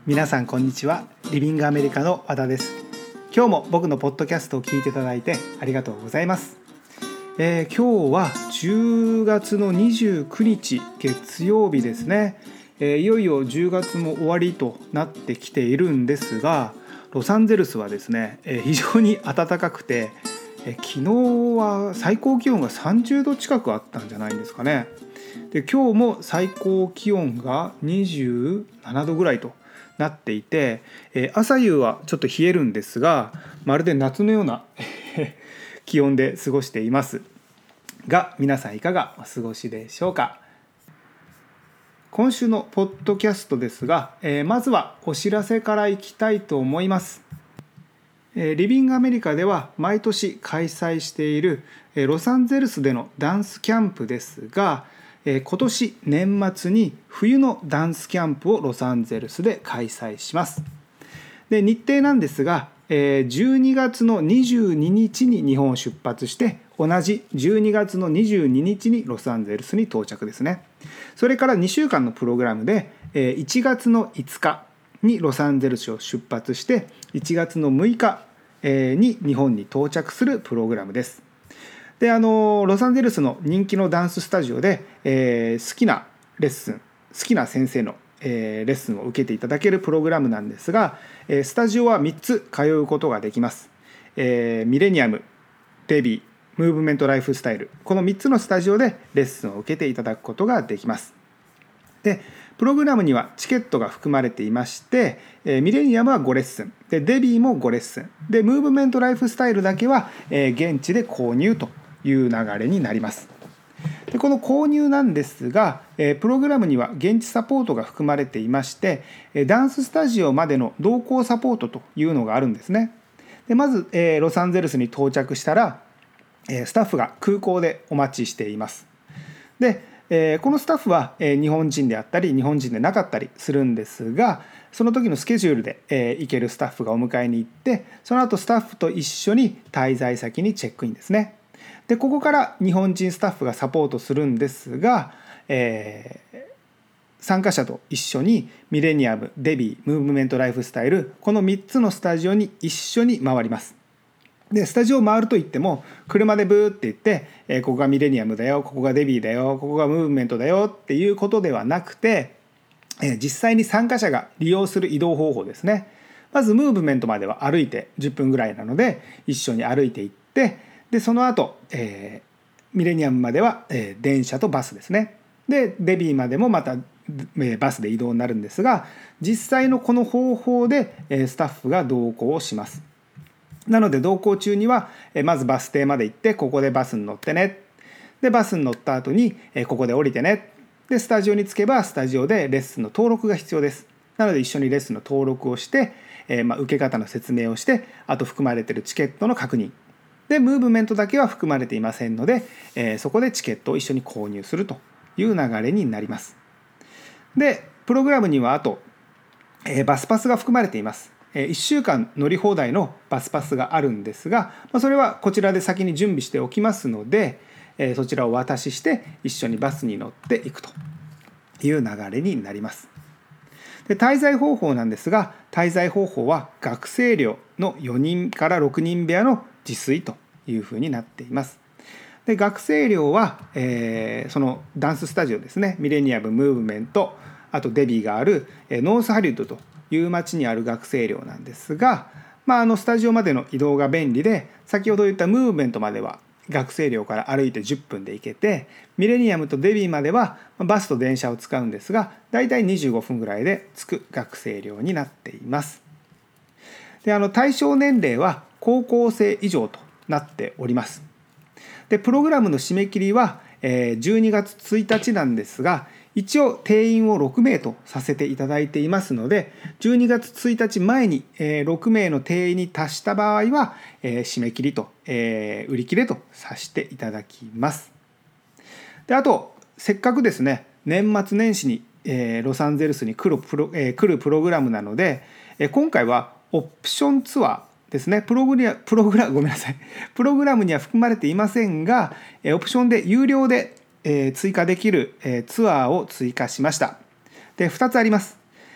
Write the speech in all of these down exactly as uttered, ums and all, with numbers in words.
皆さんこんにちは。リビングアメリカの和田です。今日も僕のポッドキャストを聞いていただいてありがとうございます。えー、今日はじゅうがつのにじゅうくにち月曜日ですね。えー、いよいよじゅうがつも終わりとなってきているんですが、ロサンゼルスはですね、えー、非常に暖かくて、えー、昨日は最高気温がさんじゅうど近くあったんじゃないんですかね。で今日も最高気温がにじゅうななどぐらいとなっていて、えー、朝夕はちょっと冷えるんですが、まるで夏のような気温で過ごしていますが、皆さんいかがお過ごしでしょうか。今週のポッドキャストですが、えー、まずはお知らせからいきたいと思います。えー、リビングアメリカでは毎年開催している、えー、ロサンゼルスでのダンスキャンプですが、えー、今年年末に冬のダンスキャンプをロサンゼルスで開催します。で日程なんですが、えー、じゅうにがつのにじゅうににちに日本を出発して、同じじゅうにがつのにじゅうににちにロサンゼルスに到着ですね。それからにしゅうかんのプログラムで、えー、いちがつのいつかにロサンゼルスを出発して、いちがつのむいかに日本に到着するプログラムです。であのロサンゼルスの人気のダンススタジオで、えー、好きなレッスン好きな先生の、えー、レッスンを受けていただけるプログラムなんですが、えー、スタジオはみっつ通うことができます。えー、ミレニアム、デビー、ムーブメントライフスタイル、このみっつのスタジオでレッスンを受けていただくことができます。でプログラムにはチケットが含まれていまして、えー、ミレニアムはごレッスンで、デビーもごレッスンで、ムーブメントライフスタイルだけは、えー、現地で購入という流れになります。でこの購入なんですが、えー、プログラムには現地サポートが含まれていまして、ダンススタジオまでの同行サポートというのがあるんですね。でまず、えー、ロサンゼルスに到着したら、えー、スタッフが空港でお待ちしています。でえー、このスタッフは、えー、日本人であったり日本人でなかったりするんですが、その時のスケジュールで、えー、行けるスタッフがお迎えに行って、その後スタッフと一緒に滞在先にチェックインですね。でここから日本人スタッフがサポートするんですが、えー、参加者と一緒にミレニアム、デビー、ムーブメントライフスタイル、このみっつのスタジオに一緒に回ります。でスタジオを回るといっても、車でブーって言って、えー、ここがミレニアムだよ、ここがデビーだよ、ここがムーブメントだよっていうことではなくて、えー、実際に参加者が利用する移動方法ですね。まずムーブメントまでは歩いてじゅっぷんぐらいなので、一緒に歩いていって、でその後、えー、ミレニアムまでは、えー、電車とバスですね。でデビーまでもまた、えー、バスで移動になるんですが、実際のこの方法で、えー、スタッフが同行をします。なので同行中にはまずバス停まで行って、ここでバスに乗ってね、でバスに乗った後にここで降りてね、でスタジオに着けばスタジオでレッスンの登録が必要です。なので一緒にレッスンの登録をして、えー、まあ受け方の説明をして、あと含まれているチケットの確認で、ムーブメントだけは含まれていませんので、えー、そこでチケットを一緒に購入するという流れになります。でプログラムにはあと、えー、バスパスが含まれています。いっしゅうかん乗り放題のバスパスがあるんですが、それはこちらで先に準備しておきますので、そちらをお渡しして一緒にバスに乗っていくという流れになります。で滞在方法なんですが、滞在方法は学生寮のよにんからろくにん部屋の自炊というふうになっています。で学生寮は、えー、そのダンススタジオですね、ミレニアム、ムーブメント、あとデビーがあるノースハリウッドという町にある学生寮なんですが、まあ、あのスタジオまでの移動が便利で、先ほど言ったムーブメントまでは学生寮から歩いてじゅっぷんで行けて、ミレニアムとデビーまではバスと電車を使うんですが、だいたいにじゅうごふんぐらいで着く学生寮になっています。であの対象年齢は高校生以上となっております。でプログラムの締め切りはじゅうにがつついたちなんですが、一応定員をろくめいとさせていただいていますので、じゅうにがつついたちまえにろくめいの定員に達した場合は締め切りと売り切れとさせていただきます。であとせっかくですね、年末年始にロサンゼルスに来るプロ、来るプログラムなので、今回はオプションツアーですね、プログラプログラごめんなさいプログラムには含まれていませんが、オプションで有料で追加できるツアーを追加しました。でふたつあります。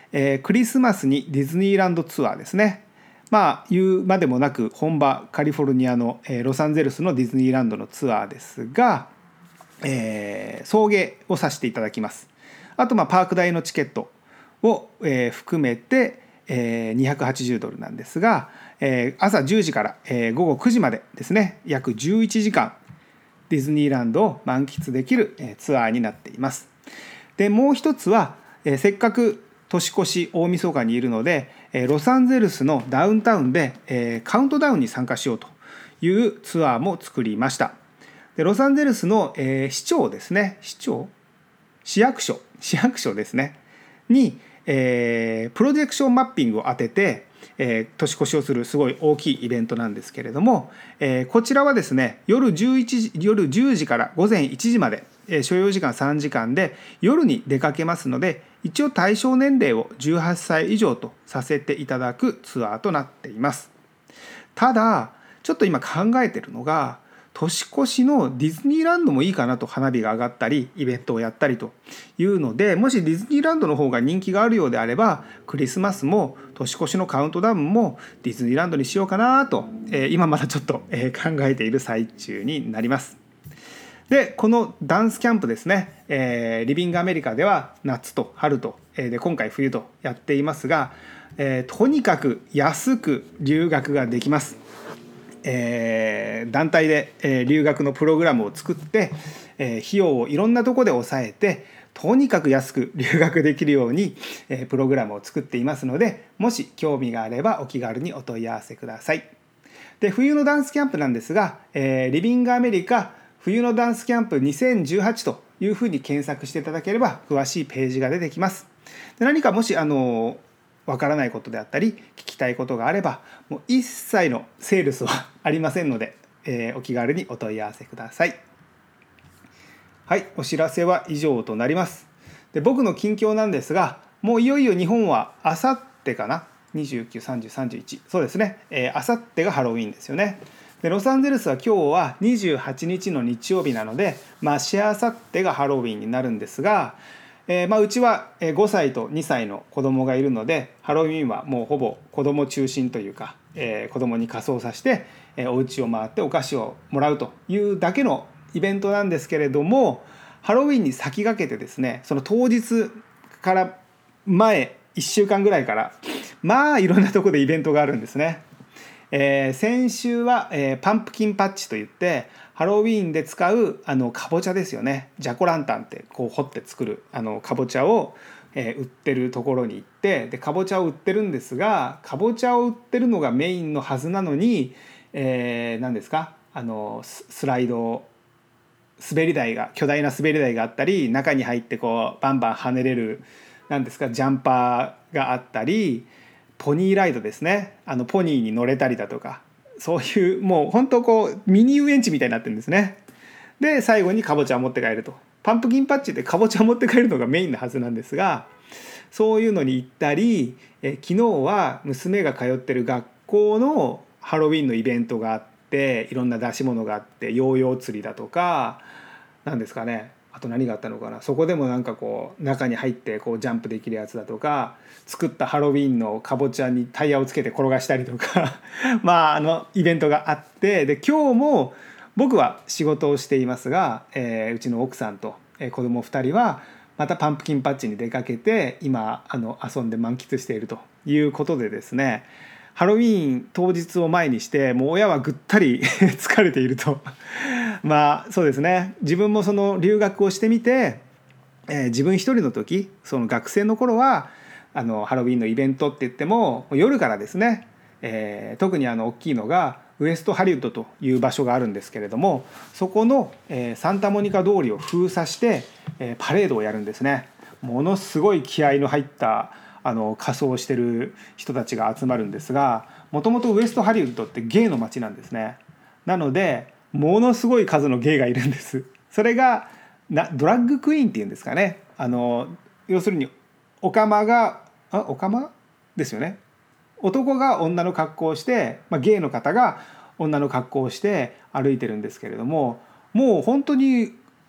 えー、クリスマスにディズニーランドツアーですね。まあ言うまでもなく本場カリフォルニアの、えー、ロサンゼルスのディズニーランドのツアーですが、えー、送迎をさせていただきます。あとまあパーク代のチケットを、えー、含めて、えー、にひゃくはちじゅうドルなんですが、えー、朝じゅうじから、えー、午後くじまでですね、約じゅういちじかんディズニーランドを満喫できる、えー、ツアーになっています。でもう一つは、えー、せっかく年越し大晦日にいるので、えー、ロサンゼルスのダウンタウンで、えー、カウントダウンに参加しようというツアーも作りました。でロサンゼルスの、えー、市長ですね市長市役所市役所ですねに、えー、プロジェクションマッピングを当てて、えー、年越しをするすごい大きいイベントなんですけれども、えー、こちらはですね夜じゅういちじ夜じゅうじから午前いちじまで、えー、所要時間さんじかんで夜に出かけますので、一応対象年齢をじゅうはっさい以上とさせていただくツアーとなっています。ただちょっと今考えてるのが、年越しのディズニーランドもいいかなと、花火が上がったりイベントをやったりというので、もしディズニーランドの方が人気があるようであれば、クリスマスも年越しのカウントダウンもディズニーランドにしようかなと、えー、今まだちょっと、えー、考えている最中になります。でこのダンスキャンプですね、えー、リビングアメリカでは夏と春と、えー、で今回冬とやっていますが、えー、とにかく安く留学ができます。えー、団体で、えー、留学のプログラムを作って、えー、費用をいろんなところで抑えて、とにかく安く留学できるように、えー、プログラムを作っていますので、もし興味があればお気軽にお問い合わせください。で冬のダンスキャンプなんですが、えー、リビングアメリカ冬のダンスキャンプにせんじゅうはちというふうに検索していただければ詳しいページが出てきます。で何かもしあのわからないことであったり聞きたいことがあれば、もう一切のセールスはありませんので、えー、お気軽にお問い合わせください。はい、お知らせは以上となります。で僕の近況なんですが、もういよいよ日本はあさってかな、にじゅうく、さんじゅう、さんじゅういち、そうですね、あさってがハロウィーンですよね。でロサンゼルスは今日はにじゅうはちにちの日曜日なので、まあしあさってがハロウィーンになるんですが、えーまあ、うちはごさいとにさいの子供がいるので、ハロウィーンはもうほぼ子供中心というか、えー、子供に仮装させて、えー、お家を回ってお菓子をもらうというだけのイベントなんですけれども、ハロウィーンに先駆けてですね、その当日から前いっしゅうかんぐらいからまあいろんなところでイベントがあるんですね。えー、先週は、えー、パンプキンパッチといって、ハロウィーンで使うあのかぼちゃですよね、ジャコランタンってこう掘って作るあのかぼちゃを、えー、売ってるところに行って、でかぼちゃを売ってるんですが、かぼちゃを売ってるのがメインのはずなのに、えー、何ですか、あのスライド滑り台が巨大な滑り台があったり、中に入ってこうバンバン跳ねれる何ですかジャンパーがあったり、ポニーライドですね、あのポニーに乗れたりだとか、そういうもう本当こうミニ遊園地みたいになってるんですね。で最後にかぼちゃを持って帰ると、パンプキンパッチでかぼちゃを持って帰るのがメインのはずなんですが、そういうのに行ったり、え昨日は娘が通ってる学校のハロウィンのイベントがあって、いろんな出し物があって、ヨーヨー釣りだとか何ですかね、あと何があったのかな、そこでもなんかこう中に入ってこうジャンプできるやつだとか、作ったハロウィンのかぼちゃにタイヤをつけて転がしたりとかまああのイベントがあって、で今日も僕は仕事をしていますが、えー、うちの奥さんと、えー、子供ふたりはまたパンプキンパッチに出かけて、今あの遊んで満喫しているということでですね、ハロウィーン当日を前にしてもう親はぐったり疲れているとまあそうですね、自分もその留学をしてみて、えー、自分一人の時、その学生の頃はあのハロウィンのイベントって言っても夜からですね、えー、特にあの大きいのがウエストハリウッドという場所があるんですけれども、そこの、えー、サンタモニカ通りを封鎖して、えー、パレードをやるんですね。ものすごい気合いの入ったあの仮装してる人たちが集まるんですが、もともとウエストハリウッドってゲイの街なんですね。なのでものすごい数のゲイがいるんです。それがなドラッグクイーンっていうんですかね、あの要するにオカマがあオカマですよね、男が女の格好をして、まあ、ゲイの方が女の格好をして歩いてるんですけれども、もう本当に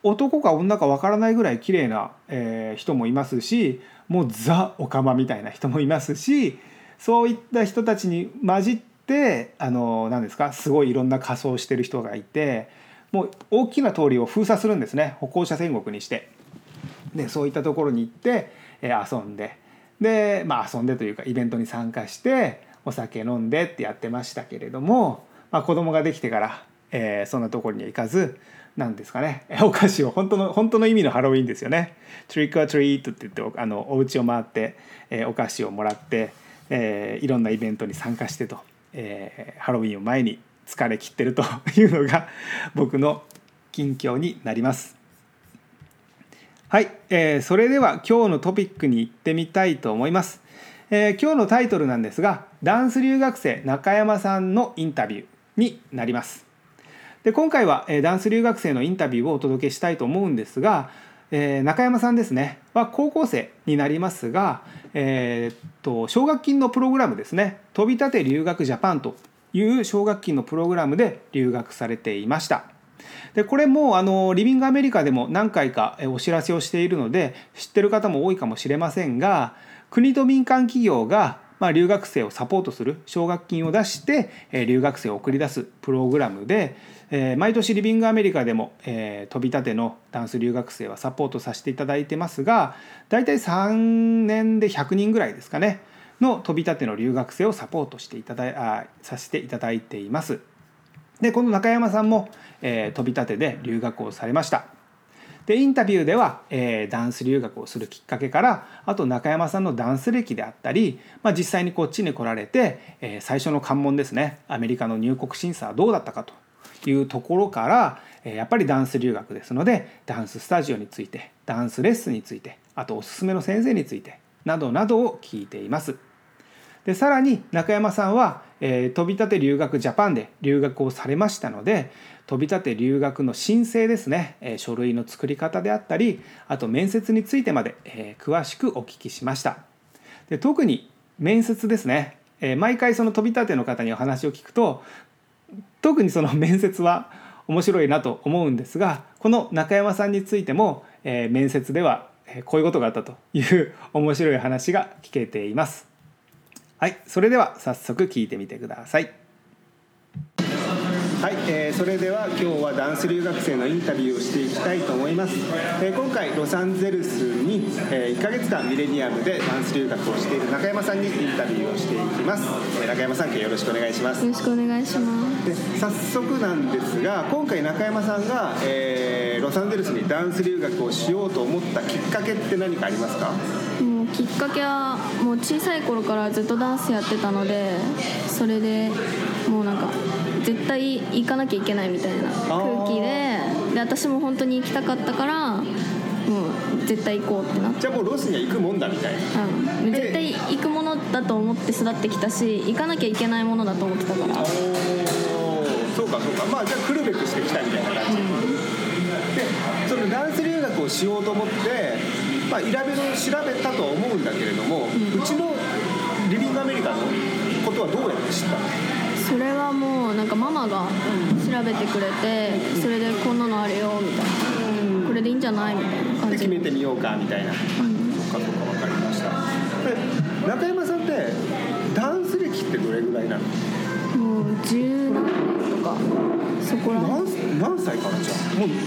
男か女かわからないぐらい綺麗な、えー、人もいますし、もうザ・オカマみたいな人もいますし、そういった人たちに混じってあの何ですか、すごいいろんな仮装をしてる人がいて、もう大きな通りを封鎖するんですね、歩行者天国にして。でそういったところに行って、えー、遊んでで、まあ、遊んでというかイベントに参加してお酒飲んでってやってましたけれども、まあ、子供ができてから、えー、そんなところには行かず、なんですかね、お菓子を本当の本当の意味のハロウィンですよね。トリックアトリートって言ってあのお家を回って、えー、お菓子をもらって、えー、いろんなイベントに参加してと、えー、ハロウィンを前に疲れ切ってるというのが僕の近況になります。はい、えー、それでは今日のトピックに行ってみたいと思います。えー、今日のタイトルなんですが、ダンス留学生中山さんのインタビューになります。で今回は、えー、ダンス留学生のインタビューをお届けしたいと思うんですが、えー、中山さんですねは高校生になりますが、えー、っと奨学金のプログラムですね、飛び立て留学ジャパンという奨学金のプログラムで留学されていました。でこれもあのリビングアメリカでも何回かお知らせをしているので知ってる方も多いかもしれませんが、国と民間企業がまあ留学生をサポートする奨学金を出して留学生を送り出すプログラムで、毎年リビングアメリカでも飛び立てのダンス留学生はサポートさせていただいてますが、だいたいさんねんでひゃくにんぐらいですかねの飛び立ての留学生をサポートしていただいあさせていただいています。でこの中山さんも、えー、飛び立てで留学をされました。でインタビューでは、えー、ダンス留学をするきっかけから、あと中山さんのダンス歴であったり、まあ、実際にこっちに来られて、えー、最初の関門ですね、アメリカの入国審査はどうだったかというところから、えー、やっぱりダンス留学ですのでダンススタジオについて、ダンスレッスンについて、あとおすすめの先生についてなどなどを聞いています。でさらに中山さんは、えー、飛び立て留学ジャパンで留学をされましたので、飛び立て留学の申請ですね、えー、書類の作り方であったり、あと面接についてまで、えー、詳しくお聞きしました。で特に面接ですね、えー、毎回その飛び立ての方にお話を聞くと、特にその面接は面白いなと思うんですが、この中山さんについても、えー、面接ではこういうことがあったという面白い話が聞けています。はい、それでは早速聞いてみてください。はい、えー、それでは今日はダンス留学生のインタビューをしていきたいと思います。えー、今回ロサンゼルスに、えー、いっかげつかんミレニアムでダンス留学をしている中山さんにインタビューをしていきます。えー、中山さん、今日よろしくお願いします。 よろしくお願いします。 で早速なんですが、今回中山さんが、えー、ロサンゼルスにダンス留学をしようと思ったきっかけって何かありますか？ もうきっかけはもう小さい頃からずっとダンスやってたので、それでもうなんか絶対行かなきゃいけないみたいな空気 で, で私も本当に行きたかったから、もう絶対行こうってなって。 じゃあもうロスには行くもんだみたいな、 うん、絶対行くものだと思って育ってきたし、行かなきゃいけないものだと思ってたから。おそうかそうか、まあじゃあ来るべくしてきたみたいな感じ、うん、でそのダンス留学をしようと思って、まあ、いろいろ調べたとは思うんだけれども、うん、うちのリビングアメリカのことはどうやって知ったの？ それはもうなんかママが調べてくれて、うん、それでこんなのあるよみたいな、うん、これでいいんじゃないみたいな感じで決めてみようかみたいな、うん、そうかそうか分かりました。で中山さんってダンス歴ってどれぐらいなの？ もうじゅうなんねんとかそこらへん。 何, 何歳からじゃあもう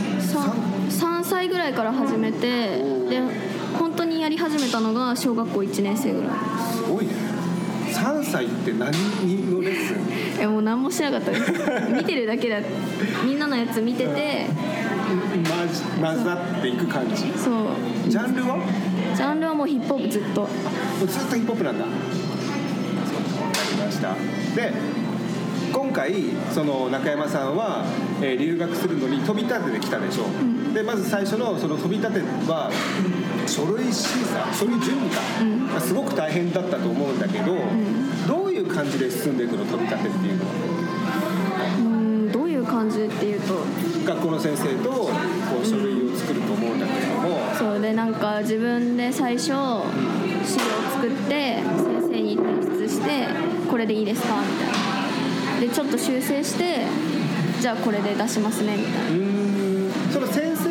3, さんさいぐらいから始めて、で本当にやり始めたのが小学校いちねんせいぐらい。 すごいね。さんさいって何のレッスン？ いやもう何もしなかったです見てるだけだ。みんなのやつ見てて混ざっていく感じ。 そう。 ジャンルは？ ジャンルはもうヒップホップずっとずっとヒップホップなんだ。わかりました。で今回その中山さんは、えー、留学するのに飛び立てで来たでしょ、うん、でまず最初のその飛び立ては書類審査、書類準備か、うん、すごく大変だったと思うんだけど、うん、どういう感じで進んでいくの、飛び立てっていうのは？ うん、どういう感じっていうと、 学校の先生とこう書類を作ると思うんだけれども、うん、 そうでなんか自分で最初資料を作って先生に提出してこれでいいですかみたいなでちょっと修正してじゃあこれで出しますねみたいな。 うーんその先生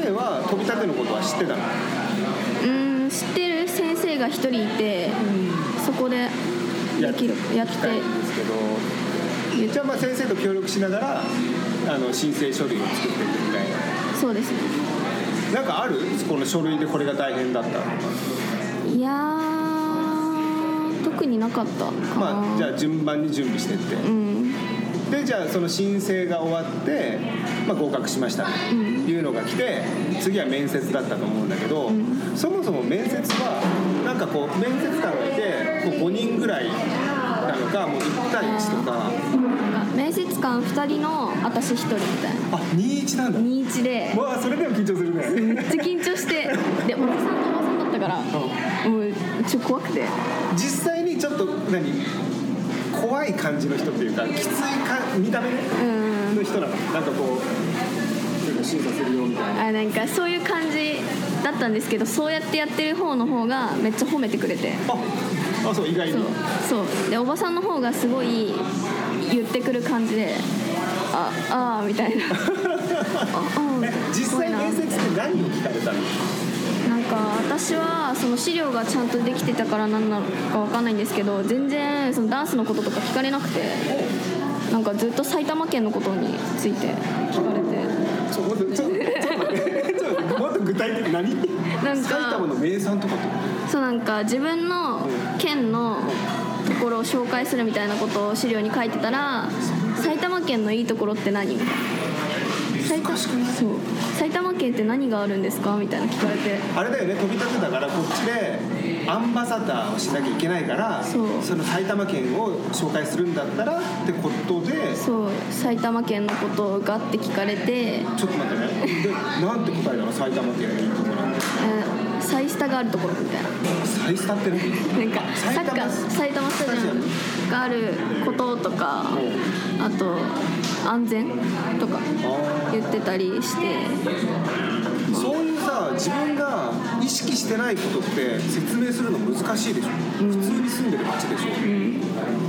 生は飛び立てのことは知ってたの？ うーん知ってる先生が一人いて、うん、そこでできるやってですけど、じゃあまあ先生と協力しながらあの申請書類を作っていくみたいな。 そうですね。 なんかある？この書類でこれが大変だったのか。 いやー特になかったかな。 まあじゃあ順番に準備してって、うん、でじゃあその申請が終わって、まあ、合格しましたというのが来て、次は面接だったと思うんだけど、うん、そもそも面接はなんかこう面接官がいてこうごにんぐらいなのか、もういち対いちとか、 面接官ふたりの私ひとりみたいな。 あ、にたいいちなんだ。 にたいいちで、 わあそれでも緊張するね。 めっちゃ緊張してでおじさんとおばさんだったから、うん、もうちょっと怖くて、 実際にちょっと何怖い感じの人っていうか、きついか見た目の人なの、なんかこう審査するよみたいな。 あ、なんかそういう感じだったんですけど、そうやってやってる方の方がめっちゃ褒めてくれて、 ああ、そう意外にそうそうでおばさんの方がすごい言ってくる感じで、ああーみたいなああえ実際面接って何を聞かれたの？ なんか私はその資料がちゃんとできてたから何なのか分かんないんですけど、全然そのダンスのこととか聞かれなくて、なんかずっと埼玉県のことについて聞かれて、 ちょっとちょっと待ってちょっともっと具体的に何？なんか埼玉の名産とかってこと？ そう、なんか自分の県のところを紹介するみたいなことを資料に書いてたら、埼玉県のいいところって何みたいな、埼玉、そう埼玉県って何があるんですかみたいな聞かれて、 あれだよね、飛び立てだからこっちでアンバサダーをしなきゃいけないから、その埼玉県を紹介するんだったらってことで、 そう埼玉県のことがって聞かれて、 ちょっと待ってね、でなんて答えたの？埼玉県のいいところなんですか？ えーサイスタがあるところみたいな。 サイスタって何？ なんかサッカー埼玉スタジアムがあることとか、あと安全とか言ってたりして、 そういうさ、自分が意識してないことって説明するの難しいでしょ、うん、普通に住んでる街でしょ、うん、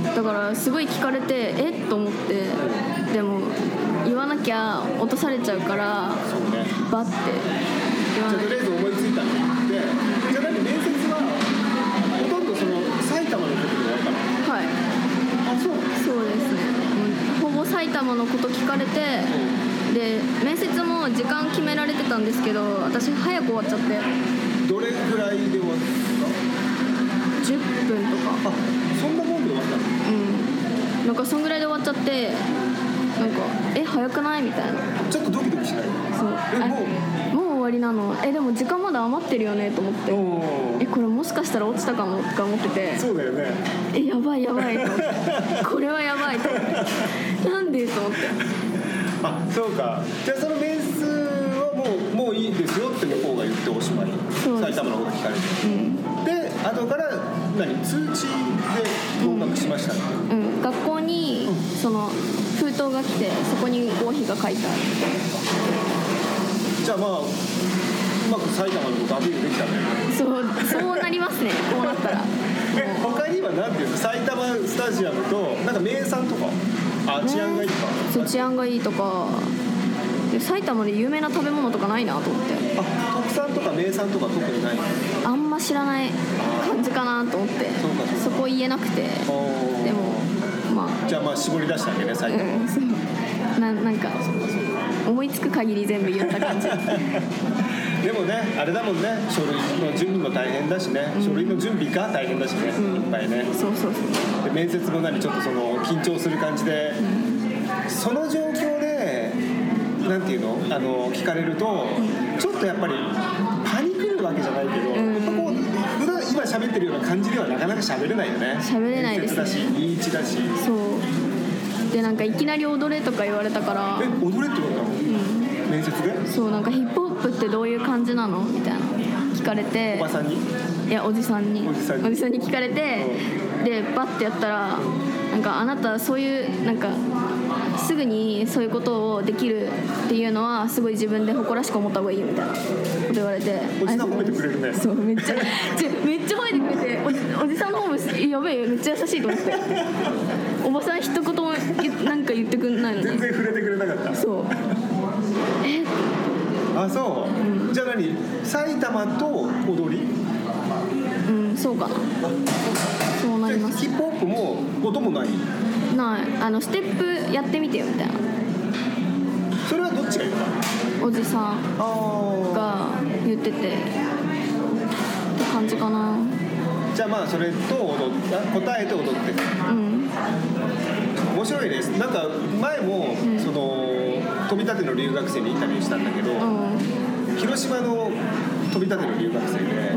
だからすごい聞かれてえっと思って、でも言わなきゃ落とされちゃうから、 そうね、 バッて言わない。 じゃあとりあえず思いついたので、じゃあ何面接はほとんどその埼玉のことで終わったの？ はい。 あ、そうそうですね、ほぼ埼玉のこと聞かれて、うん、で面接も時間決められてたんですけど、私早く終わっちゃって。 どれくらいで終わった？ じゅっぷんとか。 あ、そんなもんで終わったの？ うん、なんかそんぐらいで終わっちゃって、なんかえ早くないみたいな。 ちょっとドキドキしない？ そう、えもうもう終わりなの？えでも時間まだ余ってるよねと思って、えこれもしかしたら落ちたかもとか思ってて、 そうだよね、 えやばいやばいと思ってこれはやばいと思ってなんでと思って、 あ、そうか。じゃあその面接はもうもういいですよって向こうが言っておしまい。埼玉のこと聞かれて、うん、で後から何通知で合格しましたって、 うんうん、学校にその封筒が来て、そこに合否が書いてある。 じゃあまあうまく埼玉のことアピールできたね。 そうそうなりますねこうなったらえ他には何ていうの、埼玉スタジアムとなんか名産とか、あ、治安がいいとか、 そう治安がいいとか、埼玉で有名な食べ物とかないなと思って。 あ、特産とか名産とか特にない？ あんま知らない感じかなと思って、そうかそうか、そこ言えなくて、でもまあじゃあまあ絞り出したわけね、埼玉、うん、そうな, なんか思いつく限り全部言った感じでもね、あれだもんね、書類の準備も大変だしね、うん、書類の準備が大変だしね、うん、いっぱいね。 そうそうそう。 で面接も何ちょっとその緊張する感じで、うん、その状況でなんていうの、あの聞かれると、うん、ちょっとやっぱりパニクるわけじゃないけど、うん、やっぱこう普段今喋ってるような感じではなかなか喋れないよね。 喋れないですね。 面接だし、いいちだし。 そうで、なんかいきなり踊れとか言われたから、 え、踊れって言われたの？うん、面接で？ そう、なんかヒップホップってどういう感じなのみたいな聞かれて、 おばさんに？ いやおじさんにおじさんに、 おじさんに聞かれて、うん、でバッてやったら、なんかあなたそういうなんかすぐにそういうことをできるっていうのはすごい自分で誇らしく思った方がいいよみたいなこと言われて、 おじさん褒めてくれるね。 そう、めっちゃめっちゃ褒めてくれて、おじ、おじさんの方もやべえめっちゃ優しいと思っておばさん一言もなんか言ってくんないのに全然触れてくれなかった。 そうえあ、そう、うん、じゃあ何埼玉と踊り、 うん、そうかな。そうなります。 ヒップホップも音もないない。あのステップやってみてよみたいな。 それはどっちが言ったの？ おじさんが言っててって感じかな。 じゃあまあそれと踊っ答えて踊って、 うん、 面白いです。なんか前も、うん、その飛び立ての留学生にインタビューしたんだけど、うん、広島の飛び立ての留学生で、うん、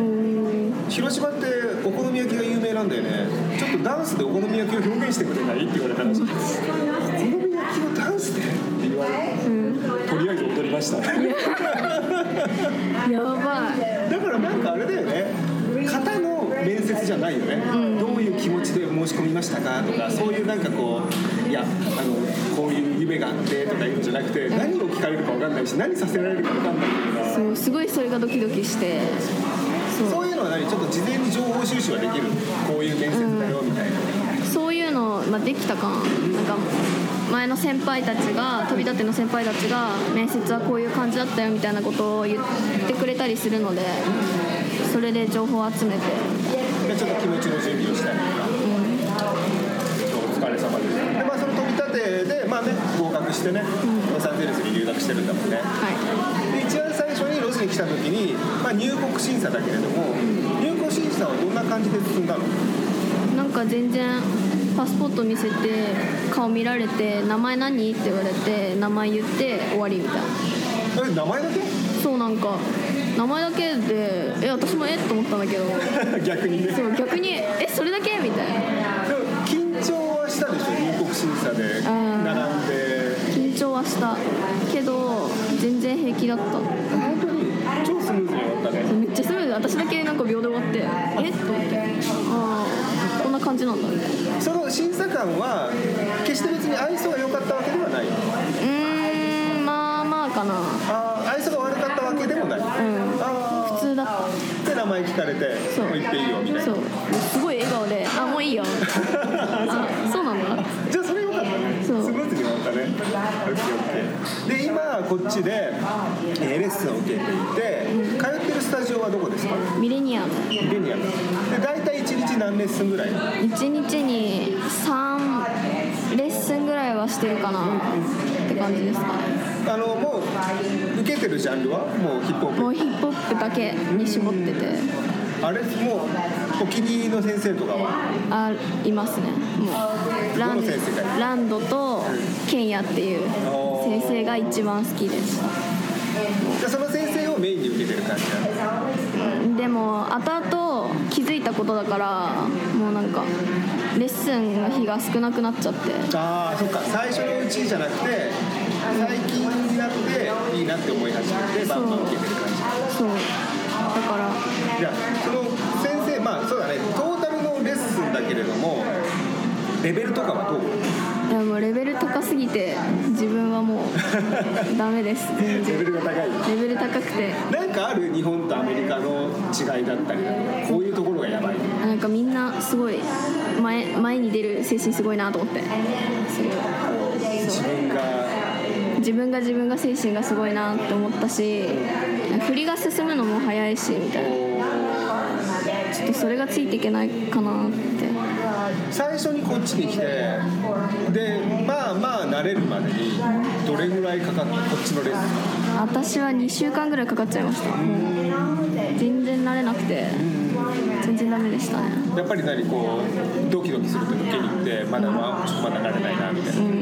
広島ってお好み焼きが有名なんだよね。ちょっとダンスでお好み焼きを表現してくれないって言われたらしい。お好み焼きをダンスでって言われて、うん、とりあえず踊りました。 やばい。 だからなんかあれだよね、型の面接じゃないよね、うん、どういう気持ちで申し込みましたかとか、そういうなんかこう、いやあのこういう夢があってとかいうのじゃなくて、うん、何を聞かれるか分かんないし何させられるか分かんないから、 そうすごいそれがドキドキして、 そう、そういうのは何ちょっと事前に情報収集はできる、こういう面接だよみたいな、 うん、そういうの、まあ、できたかな。なんか前の先輩たちが飛び立ての先輩たちが面接はこういう感じだったよみたいなことを言ってくれたりするので、それで情報を集めてでちょっと気持ちの準備をしたりとか、うん、お疲れ様です。で、まあ、その飛び立てで、まあね、合格してね、うん、ロサンゼルスに留学してるんだもんね、はい、で一番最初にロスに来た時に、まあ、入国審査だけれども、うん、入国審査はどんな感じで進んだの？ なんか全然パスポート見せて顔見られて名前何って言われて名前言って終わりみたいな。 え、名前だけ？ そう、なんか名前だけで、え、私もえっと思ったんだけど逆にね。 そう、逆にえ、それだけみたいな。 でも緊張はしたでしょ、入国審査で並んで。 緊張はしたけど全然平気だった。 本当に超スムーズに終わったね。 めっちゃスムーズ。私だけなんか秒で終わってえっと思って、ああこんな感じなんだみたいな。 その審査官は決して別に愛想が良かったわけではない？うーん、まあまあかな。 あ、愛想が悪かったわけでもない、うん、 あ、普通だった。 で名前聞かれてもう言っていいよみたいな。 そうすごい笑顔であもういいよあ、そうなんだ。 じゃあそれ良かったね。そうスムーズに終わったね。オッケーオッケー。で今こっちで、えー、レッスンを受けていて、うん、通ってるスタジオはどこですか？ ミレニアム。 ミレニアムで大体いちにち何レッスンぐらい？ いちにちにさんレッスンぐらいはしてるかな、うんうん、って感じですかね。 あのもう受けてるジャンルはもうヒップホップ？ もうヒップホップだけに絞ってて、 あれもうお気に入りの先生とかは？ あ、いますね。もうラン、ランドとケンヤっていう先生が一番好きです。 じゃあその先生をメインに受けてる感じなんですか？ でも後々気づいたことだからもうなんかレッスンの日が少なくなっちゃって。 ああ、そっか。最初のうちじゃなくて最近になっていいなって思い始めてバンバン受けてる感じ。 そうだからじゃあその先生、まあそうだね、トータルのレッスンだけれどもレベルとかはどう？ いやもうレベル高すぎて自分はもうダメですレベルが高い。 レベル高くてなんかある？日本とアメリカの違いだったりだとかこういうところがやばい。 なんかみんなすごい 前, 前に出る精神すごいなと思って。すごい自分が自分が自分が精神がすごいなって思ったし、振りが進むのも早いしみたいな。ちょっとそれがついていけないかなって。 最初にこっちに来てでまあまあ慣れるまでにどれぐらいかかった？こっちのレッスン。 私はにしゅうかんぐらいかかっちゃいました。全然慣れなくて全然ダメでしたね。 やっぱり何こうドキドキすると受けに行ってまだまあちょっとまだ慣れないなみたいな、うん、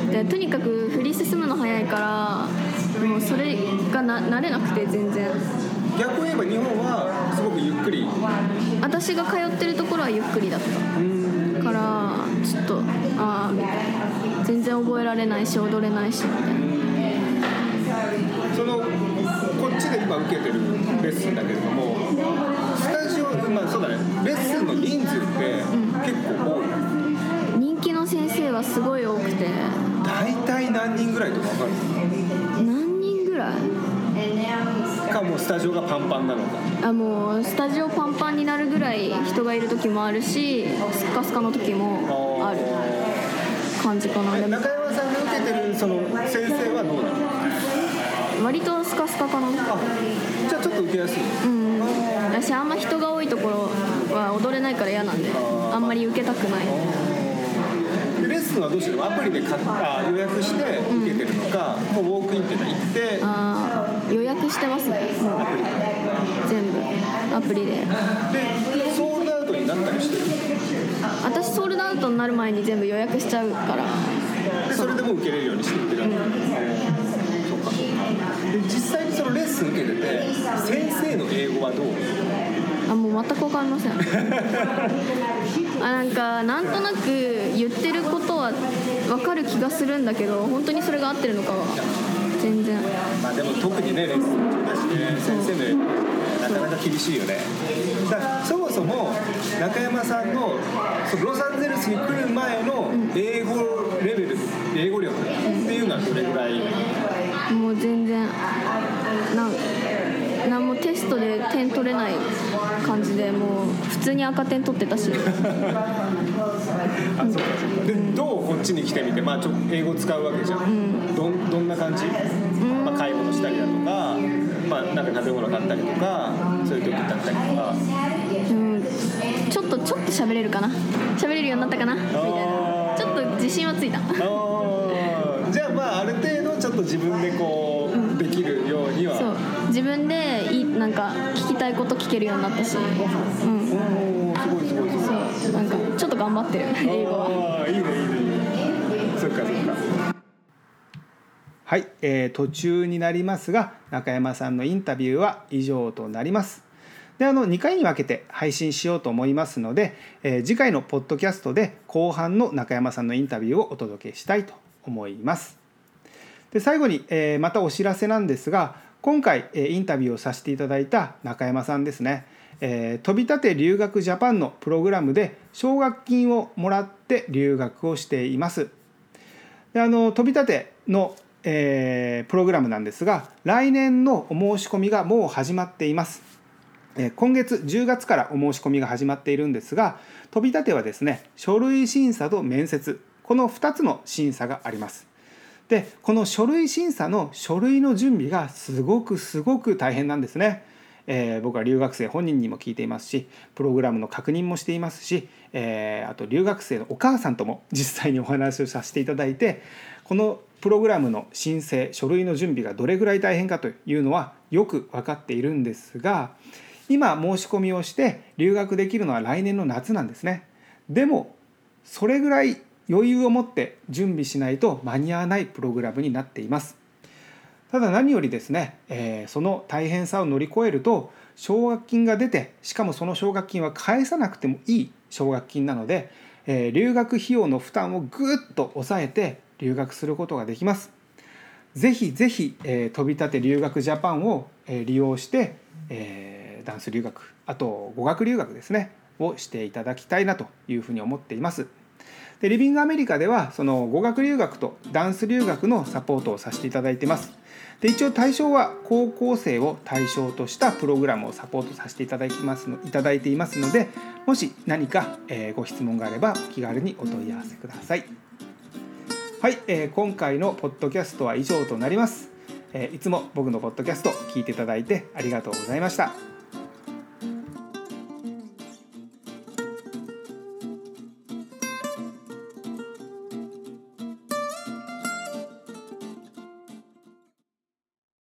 でとにかく振り進むの早いからもうそれがな慣れなくて全然。 逆を言えば日本はすごくゆっくり。 私が通ってるところはゆっくりだったからちょっとああみたいな。全然覚えられないし踊れないしみたいな。 そのこっちで今受けてるレッスンだけれどもスタジオ、まあそうだね、レッスンの人数って結構多い、 うん、人気の先生はすごい多くて大体何人ぐらいとか分かる？ 何人ぐらいかもうスタジオがパンパンなのか。 あもうスタジオパンパンになるぐらい人がいる時もあるしスカスカの時もある感じかな。 中山さんが受けてるその先生はどうなの？ 割とスカスカかな。 あ、じゃあちょっと受けやすい。 うん私あんま人が多いところは踊れないから嫌なんで、あんまり受けたくない。 でレッスンはどうしてるの？アプリで買った予約して受けてるのか、うん、もうウォークインっていうのは行って。 あ予約してますね。もうアプリ全部アプリで。 でソールドアウトになったりしてる？ 私ソールドアウトになる前に全部予約しちゃうから。 でそれでも受けれるようにしてるって感じ、うん、そうかそうか。で実際にそのレッスン受けてて先生の英語はどう？ あもう全く分かりませんあなんかなんとなく言ってることは分かる気がするんだけど、本当にそれが合ってるのかは全然。 まあでも特にねレッスンだしね、先生の英語なかなか厳しいよね。だからそもそも中山さんのそのロサンゼルスに来る前の英語レベル、うん、英語力っていうのはどれぐらい？ もう全然なん何もテストで点取れない感じで、もう普通に赤点取ってたしあ、そうかそうか。で、うん、どうこっちに来てみて、まあ、ちょ英語使うわけじゃん、うん、ど, どんな感じ、まあ、買い物したりだとか、まあ、なんか食べ物買ったりとかそういう時だったりとか、 うん、ちょっとちょっと喋れるかな喋れるようになったかなみたいな、ちょっと自信はついた。あじゃあまあある程度ちょっと自分でこう、うん、できるようには。 そう自分でいなんか聞きたいこと聞けるようになったし、うん、おすごいすごいすごい。 そうなんかちょっと頑張ってる英語は。 あいいねいいねいいね。そっかそっか。はい、えー、途中になりますが中山さんのインタビューは以上となります。であのにかいに分けて配信しようと思いますので、えー、次回のポッドキャストで後半の中山さんのインタビューをお届けしたいと思います。で最後に、えー、またお知らせなんですが、今回、えー、インタビューをさせていただいた中山さんですね、えー、飛び立て留学ジャパンのプログラムで奨学金をもらって留学をしています。であの飛び立ての、えー、プログラムなんですが、来年のお申し込みがもう始まっています。えー、今月じゅうがつからお申し込みが始まっているんですが、飛び立てはですね、書類審査と面接、このふたつの審査があります。でこの書類審査の書類の準備がすごくすごく大変なんですね。えー、僕は留学生本人にも聞いていますし、プログラムの確認もしていますし、えー、あと留学生のお母さんとも実際にお話をさせていただいて、このプログラムの申請書類の準備がどれぐらい大変かというのはよく分かっているんですが、今申し込みをして留学できるのは来年の夏なんですね。でもそれぐらい余裕を持って準備しないと間に合わないプログラムになっています。ただ何よりですね、えー、その大変さを乗り越えると奨学金が出て、しかもその奨学金は返さなくてもいい奨学金なので、えー、留学費用の負担をぐっと抑えて留学することができます。ぜひぜひ、えー、飛び立て留学ジャパンを、えー、利用して、えー、ダンス留学、あと語学留学ですねをしていただきたいなというふうに思っています。でリビングアメリカではその語学留学とダンス留学のサポートをさせていただいています。で一応対象は高校生を対象としたプログラムをサポートさせていただきますのいただいていますので、もし何か、えー、ご質問があればお気軽にお問い合わせください。はい、えー、今回のポッドキャストは以上となります。えー、いつも僕のポッドキャスト聞いていただいてありがとうございました。